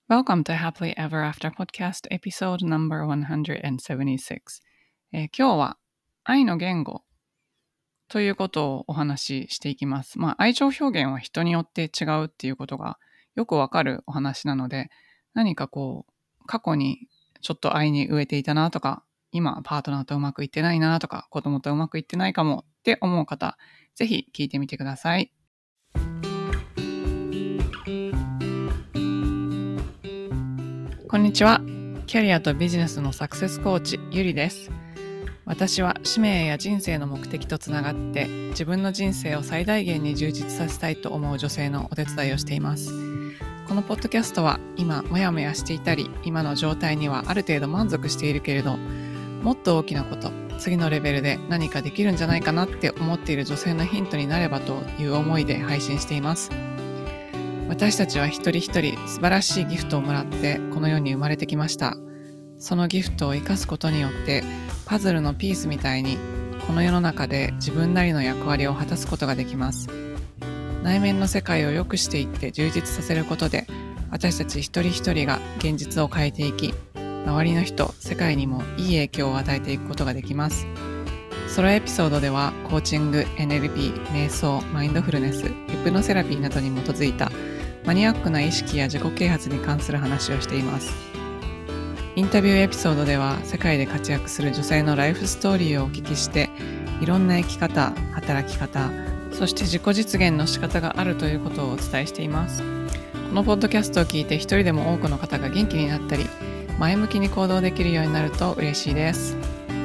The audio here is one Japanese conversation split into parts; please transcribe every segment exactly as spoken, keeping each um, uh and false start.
Welcome to Happily Ever After Podcast Episode ナンバーワンハンドレッドセブンティーシックス、えー今日は愛の言語ということをお話ししていきます。まあ、愛情表現は人によって違うっていうことがよくわかるお話なので、何かこう過去にちょっと愛に飢えていたなとか、今パートナーとうまくいってないなとか、子供とうまくいってないかもって思う方、ぜひ聞いてみてください。こんにちは。キャリアとビジネスのサクセスコーチ、ゆりです。私は使命や人生の目的とつながって自分の人生を最大限に充実させたいと思う女性のお手伝いをしています。このポッドキャストは今もやもやしていたり、今の状態にはある程度満足しているけれど、もっと大きなこと、次のレベルで何かできるんじゃないかなって思っている女性のヒントになればという思いで配信しています。私たちは一人一人素晴らしいギフトをもらってこの世に生まれてきました。そのギフトを生かすことによってパズルのピースみたいにこの世の中で自分なりの役割を果たすことができます。内面の世界を良くしていって充実させることで、私たち一人一人が現実を変えていき、周りの人、世界にもいい影響を与えていくことができます。ソロエピソードではコーチング、エヌエルピー、瞑想、マインドフルネス、ヒプノセラピーなどに基づいたマニアックな意識や自己啓発に関する話をしています。インタビューエピソードでは世界で活躍する女性のライフストーリーをお聞きして、いろんな生き方、働き方、そして自己実現の仕方があるということをお伝えしています。このポッドキャストを聞いて一人でも多くの方が元気になったり、前向きに行動できるようになると嬉しいです。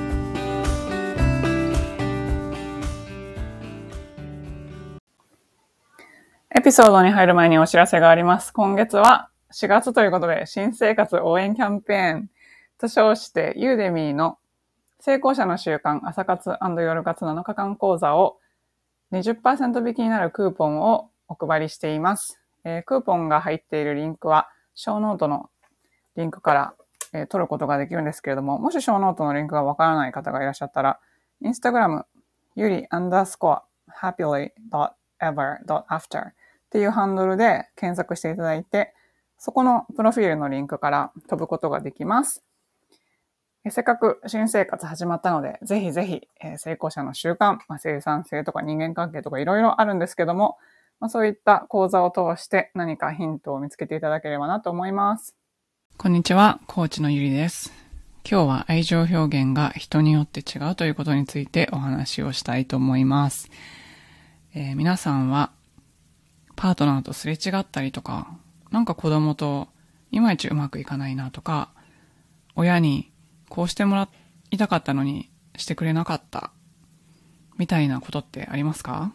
エピソードに入る前にお知らせがあります。今月はしがつということで、新生活応援キャンペーンと称して、ユーデミーの成功者の習慣朝活&夜活なのかかん講座を にじゅっパーセント 引きになるクーポンをお配りしています。えー、クーポンが入っているリンクは、ショーノートのリンクから、えー、取ることができるんですけれども、もしショーノートのリンクがわからない方がいらっしゃったら、インスタグラム、ゆりアンダースコア、happily.ever.after っていうハンドルで検索していただいて、そこのプロフィールのリンクから飛ぶことができます。せっかく新生活始まったので、ぜひぜひ、えー、成功者の習慣、まあ、生産性とか人間関係とかいろいろあるんですけども、まあ、そういった講座を通して何かヒントを見つけていただければなと思います。こんにちは、コーチのゆりです。今日は愛情表現が人によって違うということについてお話をしたいと思います。えー、皆さんはパートナーとすれ違ったりとか、なんか子供といまいちうまくいかないなとか、親にこうしてもらいたかったのにしてくれなかったみたいなことってありますか？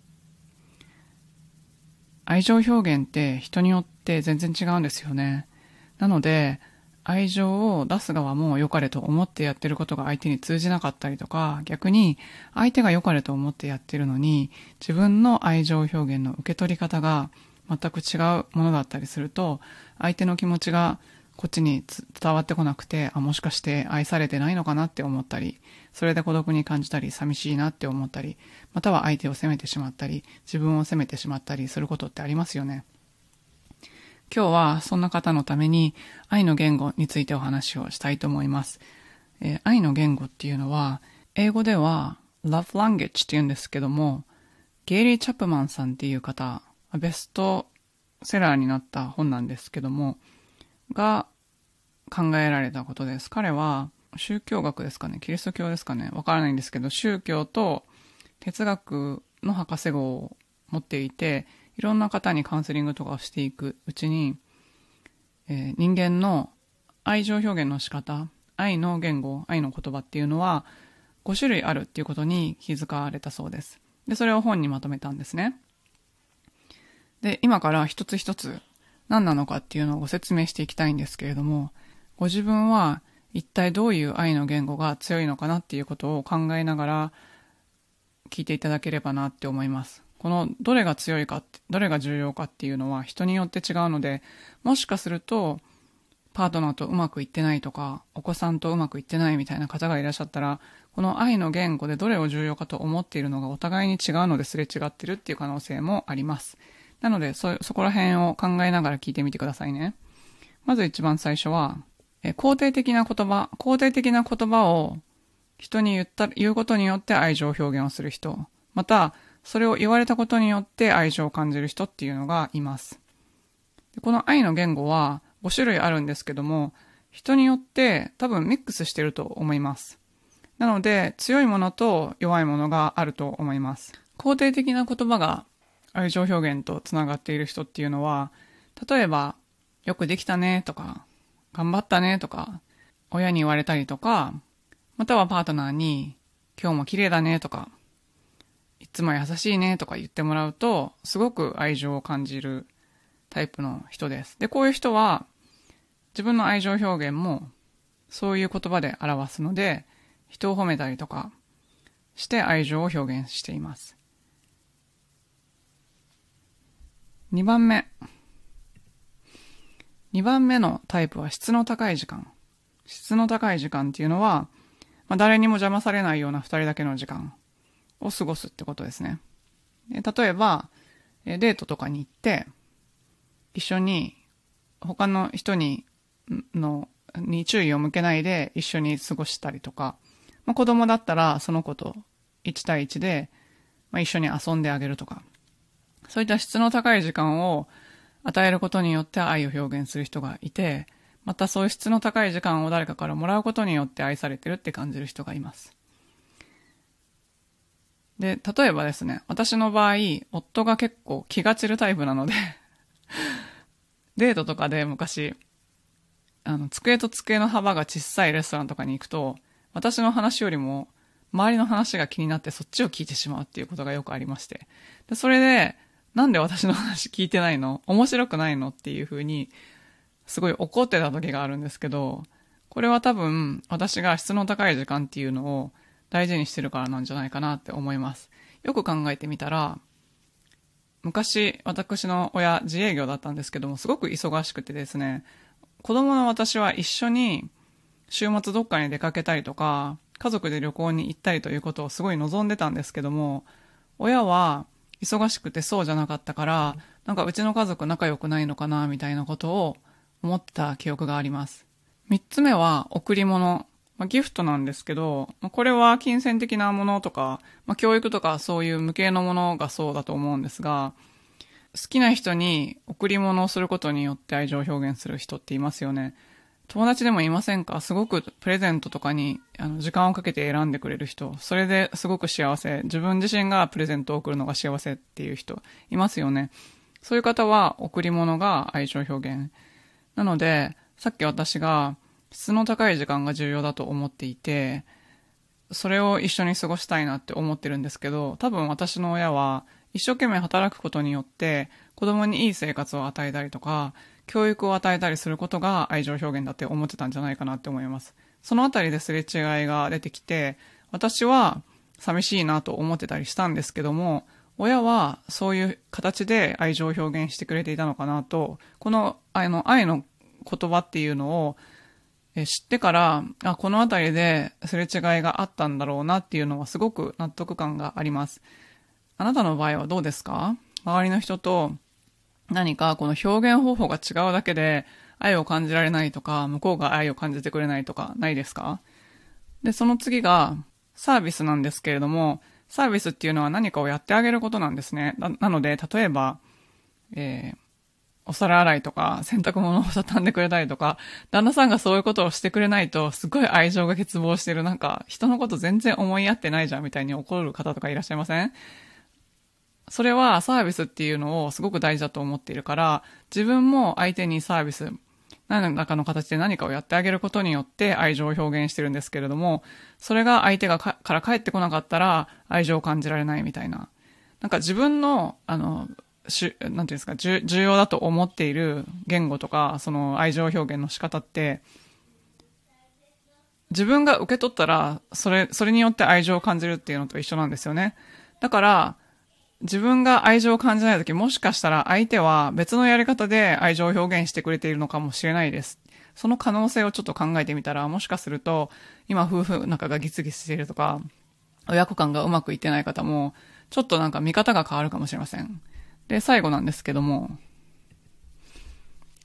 愛情表現って人によって全然違うんですよね。なので愛情を出す側も良かれと思ってやってることが相手に通じなかったりとか、逆に相手が良かれと思ってやってるのに自分の愛情表現の受け取り方が全く違うものだったりすると、相手の気持ちがこっちに伝わってこなくて、あ、もしかして愛されてないのかなって思ったり、それで孤独に感じたり寂しいなって思ったり、または相手を責めてしまったり自分を責めてしまったりすることってありますよね。今日はそんな方のために愛の言語についてお話をしたいと思います。えー、愛の言語っていうのは英語では Love Language って言うんですけども、ゲイリー・チャップマンさんっていう方、ベストセラーになった本なんですけどもが考えられたことです。彼は宗教学ですかね、キリスト教ですかね、わからないんですけど、宗教と哲学の博士号を持っていて、いろんな方にカウンセリングとかをしていくうちに、えー、人間の愛情表現の仕方、愛の言語、愛の言葉っていうのはご種類あるっていうことに気づかれたそうです。で、それを本にまとめたんですね。で、今から一つ一つ何なのかっていうのをご説明していきたいんですけれども、ご自分は一体どういう愛の言語が強いのかなっていうことを考えながら聞いていただければなって思います。このどれが強いか、どれが重要かっていうのは人によって違うので、もしかするとパートナーとうまくいってないとか、お子さんとうまくいってないみたいな方がいらっしゃったら、この愛の言語でどれを重要かと思っているのがお互いに違うのですれ違ってるっていう可能性もあります。なので そ, そこら辺を考えながら聞いてみてくださいね。 まず一番最初は、え肯定的な言葉、肯定的な言葉を人に言った、言うことによって愛情表現をする人、また、それを言われたことによって愛情を感じる人っていうのがいます。この愛の言語はご種類あるんですけども、人によって多分ミックスしてると思います。なので、強いものと弱いものがあると思います。肯定的な言葉が愛情表現とつながっている人っていうのは、例えば、よくできたねとか、頑張ったねとか、親に言われたりとか、またはパートナーに、今日も綺麗だねとか、いつも優しいねとか言ってもらうと、すごく愛情を感じるタイプの人です。で、こういう人は、自分の愛情表現も、そういう言葉で表すので、人を褒めたりとかして愛情を表現しています。にばんめ。にばんめのタイプは質の高い時間。質の高い時間っていうのは、まあ、誰にも邪魔されないような二人だけの時間を過ごすってことですね。例えば、デートとかに行って、一緒に他の人にのに注意を向けないで一緒に過ごしたりとか、まあ、子供だったらその子といち対いちで、まあ、一緒に遊んであげるとか、そういった質の高い時間を与えることによって愛を表現する人がいて、またそういう質の高い時間を誰かからもらうことによって愛されてるって感じる人がいます。で、例えばですね、私の場合、夫が結構気が散るタイプなのでデートとかで昔、あの、机と机の幅が小さいレストランとかに行くと、私の話よりも周りの話が気になってそっちを聞いてしまうっていうことがよくありまして。で、それで、なんで私の話聞いてないの？面白くないの？っていう風に、すごい怒ってた時があるんですけど、これは多分私が質の高い時間っていうのを大事にしてるからなんじゃないかなって思います。よく考えてみたら、昔私の親自営業だったんですけども、すごく忙しくてですね、子供の私は一緒に週末どっかに出かけたりとか、家族で旅行に行ったりということをすごい望んでたんですけども、親は忙しくてそうじゃなかったから、なんかうちの家族仲良くないのかなみたいなことを思った記憶があります。三つ目は贈り物。まあ、ギフトなんですけど、まあ、これは金銭的なものとか、まあ、教育とかそういう無形のものがそうだと思うんですが、好きな人に贈り物をすることによって愛情を表現する人っていますよね。友達でもいませんか？すごくプレゼントとかにあの時間をかけて選んでくれる人。それですごく幸せ。自分自身がプレゼントを贈るのが幸せっていう人いますよね。そういう方は贈り物が愛情表現。なので、さっき私が質の高い時間が重要だと思っていて、それを一緒に過ごしたいなって思ってるんですけど、多分私の親は一生懸命働くことによって子供にいい生活を与えたりとか、教育を与えたりすることが愛情表現だって思ってたんじゃないかなって思います。そのあたりですれ違いが出てきて、私は寂しいなと思ってたりしたんですけども、親はそういう形で愛情を表現してくれていたのかなと、このあの愛の言葉っていうのを知ってから、あ、このあたりですれ違いがあったんだろうなっていうのはすごく納得感があります。あなたの場合はどうですか？周りの人と何かこの表現方法が違うだけで愛を感じられないとか、向こうが愛を感じてくれないとかないですか？で、その次がサービスなんですけれども、サービスっていうのは何かをやってあげることなんですね。な, なので、例えば、えー、お皿洗いとか洗濯物を畳んでくれたりとか、旦那さんがそういうことをしてくれないとすごい愛情が欠乏してる、なんか人のこと全然思いやってないじゃんみたいに怒る方とかいらっしゃいません？それはサービスっていうのをすごく大事だと思っているから、自分も相手にサービス、何らかの形で何かをやってあげることによって愛情を表現してるんですけれども、それが相手がかから返ってこなかったら愛情を感じられないみたいな。なんか自分の、あの、しなんていうんですか、重要だと思っている言語とか、その愛情表現の仕方って、自分が受け取ったら、それ、それによって愛情を感じるっていうのと一緒なんですよね。だから、自分が愛情を感じないとき、もしかしたら相手は別のやり方で愛情を表現してくれているのかもしれないです。その可能性をちょっと考えてみたら、もしかすると、今夫婦仲がギスギスしているとか、親子間がうまくいってない方も、ちょっとなんか見方が変わるかもしれません。で、最後なんですけども、え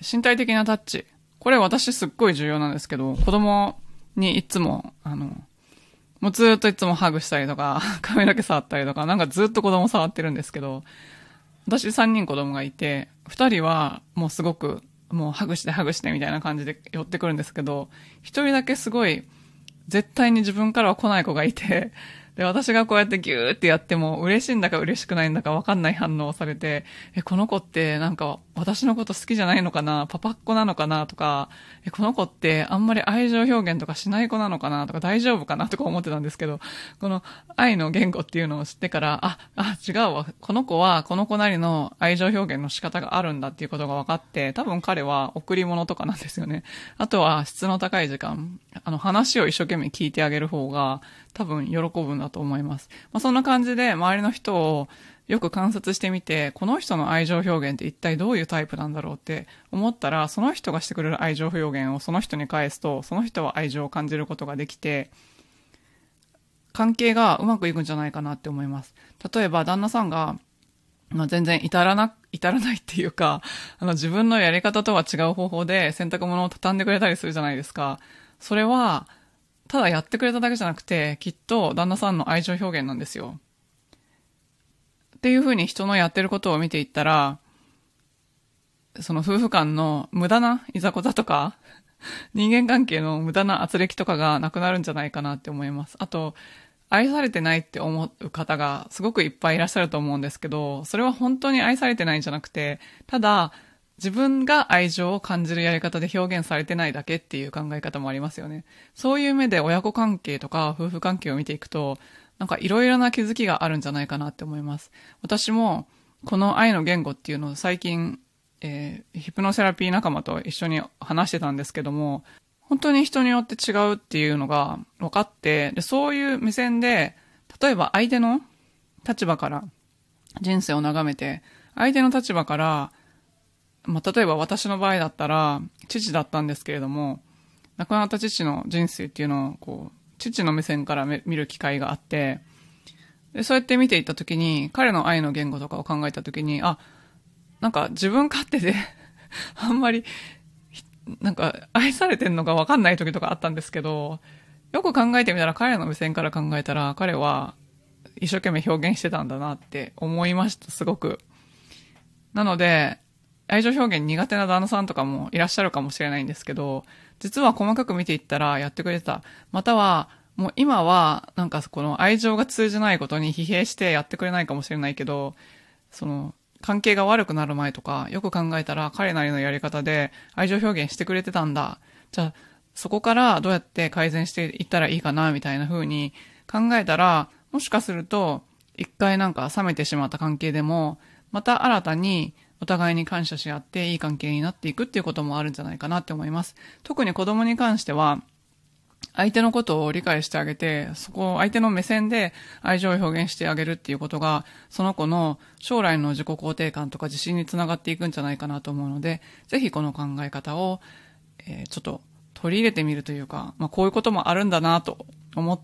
身体的なタッチ。これ私すっごい重要なんですけど、子供にいつも、あの、もうずーっといつもハグしたりとか、髪の毛触ったりとか、なんかずっと子供触ってるんですけど、私さんにん子供がいて、ふたりはもうすごく、もうハグしてハグしてみたいな感じで寄ってくるんですけど、ひとりだけすごい、絶対に自分からは来ない子がいて、で、私がこうやってギューってやっても嬉しいんだか嬉しくないんだかわかんない反応をされて、え、この子ってなんか私のこと好きじゃないのかな、パパっ子なのかなとか、え、この子ってあんまり愛情表現とかしない子なのかなとか大丈夫かなとか思ってたんですけど、この愛の言語っていうのを知ってから、あ、あ、違うわ。この子はこの子なりの愛情表現の仕方があるんだっていうことが分かって、多分彼は贈り物とかなんですよね。あとは質の高い時間、あの話を一生懸命聞いてあげる方が多分喜ぶんだと思います。まあ、そんな感じで周りの人をよく観察してみて、この人の愛情表現って一体どういうタイプなんだろうって思ったら、その人がしてくれる愛情表現をその人に返すと、その人は愛情を感じることができて、関係がうまくいくんじゃないかなって思います。例えば旦那さんが、まあ、全然至らな、至らないっていうか、あの自分のやり方とは違う方法で洗濯物を畳んでくれたりするじゃないですか。それは、ただやってくれただけじゃなくて、きっと旦那さんの愛情表現なんですよ。っていう風に人のやってることを見ていったら、その夫婦間の無駄ないざこざとか、人間関係の無駄な圧力とかがなくなるんじゃないかなって思います。あと、愛されてないって思う方がすごくいっぱいいらっしゃると思うんですけど、それは本当に愛されてないんじゃなくて、ただ、自分が愛情を感じるやり方で表現されてないだけっていう考え方もありますよね。そういう目で親子関係とか夫婦関係を見ていくと、なんかいろいろな気づきがあるんじゃないかなって思います。私もこの愛の言語っていうのを最近、えー、ヒプノセラピー仲間と一緒に話してたんですけども、本当に人によって違うっていうのが分かって、で、そういう目線で、例えば相手の立場から人生を眺めて、相手の立場からまあ、例えば私の場合だったら、父だったんですけれども、亡くなった父の人生っていうのを、こう、父の目線から見る機会があって、で、そうやって見ていったときに、彼の愛の言語とかを考えたときに、あ、なんか自分勝手であんまり、なんか愛されてんのかわかんない時とかあったんですけど、よく考えてみたら彼の目線から考えたら、彼は一生懸命表現してたんだなって思いました、すごく。なので、愛情表現苦手な旦那さんとかもいらっしゃるかもしれないんですけど、実は細かく見ていったらやってくれてた。または、もう今は、なんかこの愛情が通じないことに疲弊してやってくれないかもしれないけど、その、関係が悪くなる前とか、よく考えたら彼なりのやり方で愛情表現してくれてたんだ。じゃあ、そこからどうやって改善していったらいいかな、みたいな風に考えたら、もしかすると、一回なんか冷めてしまった関係でも、また新たにお互いに感謝し合っていい関係になっていくっていうこともあるんじゃないかなって思います。特に子供に関しては、相手のことを理解してあげて、そこを相手の目線で愛情を表現してあげるっていうことが、その子の将来の自己肯定感とか自信につながっていくんじゃないかなと思うので、ぜひこの考え方を、えー、ちょっと取り入れてみるというか、まあこういうこともあるんだなと思って、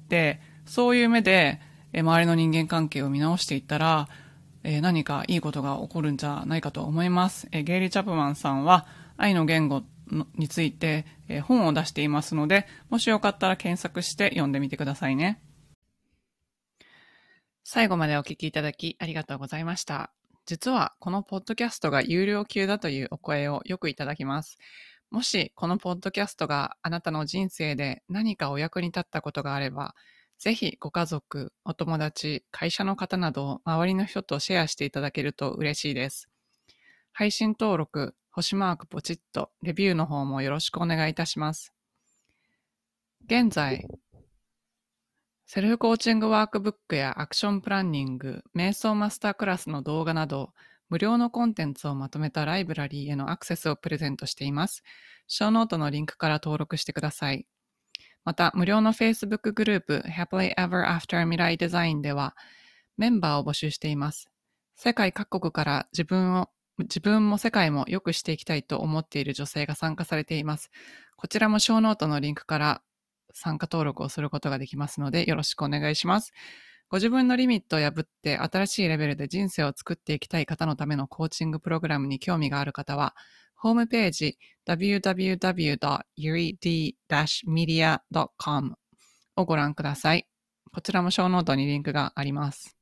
そういう目で、えー、周りの人間関係を見直していったら、えー、何かいいことが起こるんじゃないかと思います。えー、ゲイリー・チャップマンさんは愛の言語について、えー、本を出していますので、もしよかったら検索して読んでみてくださいね。最後までお聞きいただきありがとうございました。実はこのポッドキャストが有料級だというお声をよくいただきます。もしこのポッドキャストがあなたの人生で何かお役に立ったことがあれば、ぜひご家族、お友達、会社の方など周りの人とシェアしていただけると嬉しいです。配信登録、星マークポチッと、レビューの方もよろしくお願いいたします。現在、セルフコーチングワークブックやアクションプランニング、瞑想マスタークラスの動画など、無料のコンテンツをまとめたライブラリーへのアクセスをプレゼントしています。ショーノートのリンクから登録してください。また、無料の Facebook グループ Happily Ever After 未来デザインではメンバーを募集しています。世界各国から自分を、自分も世界も良くしていきたいと思っている女性が参加されています。こちらもショーノートのリンクから参加登録をすることができますのでよろしくお願いします。ご自分のリミットを破って新しいレベルで人生を作っていきたい方のためのコーチングプログラムに興味がある方は、 ホームページ ダブリューダブリューダブリュードットユリディーメディアドットコム をご覧ください。こちらもショーノートにリンクがあります。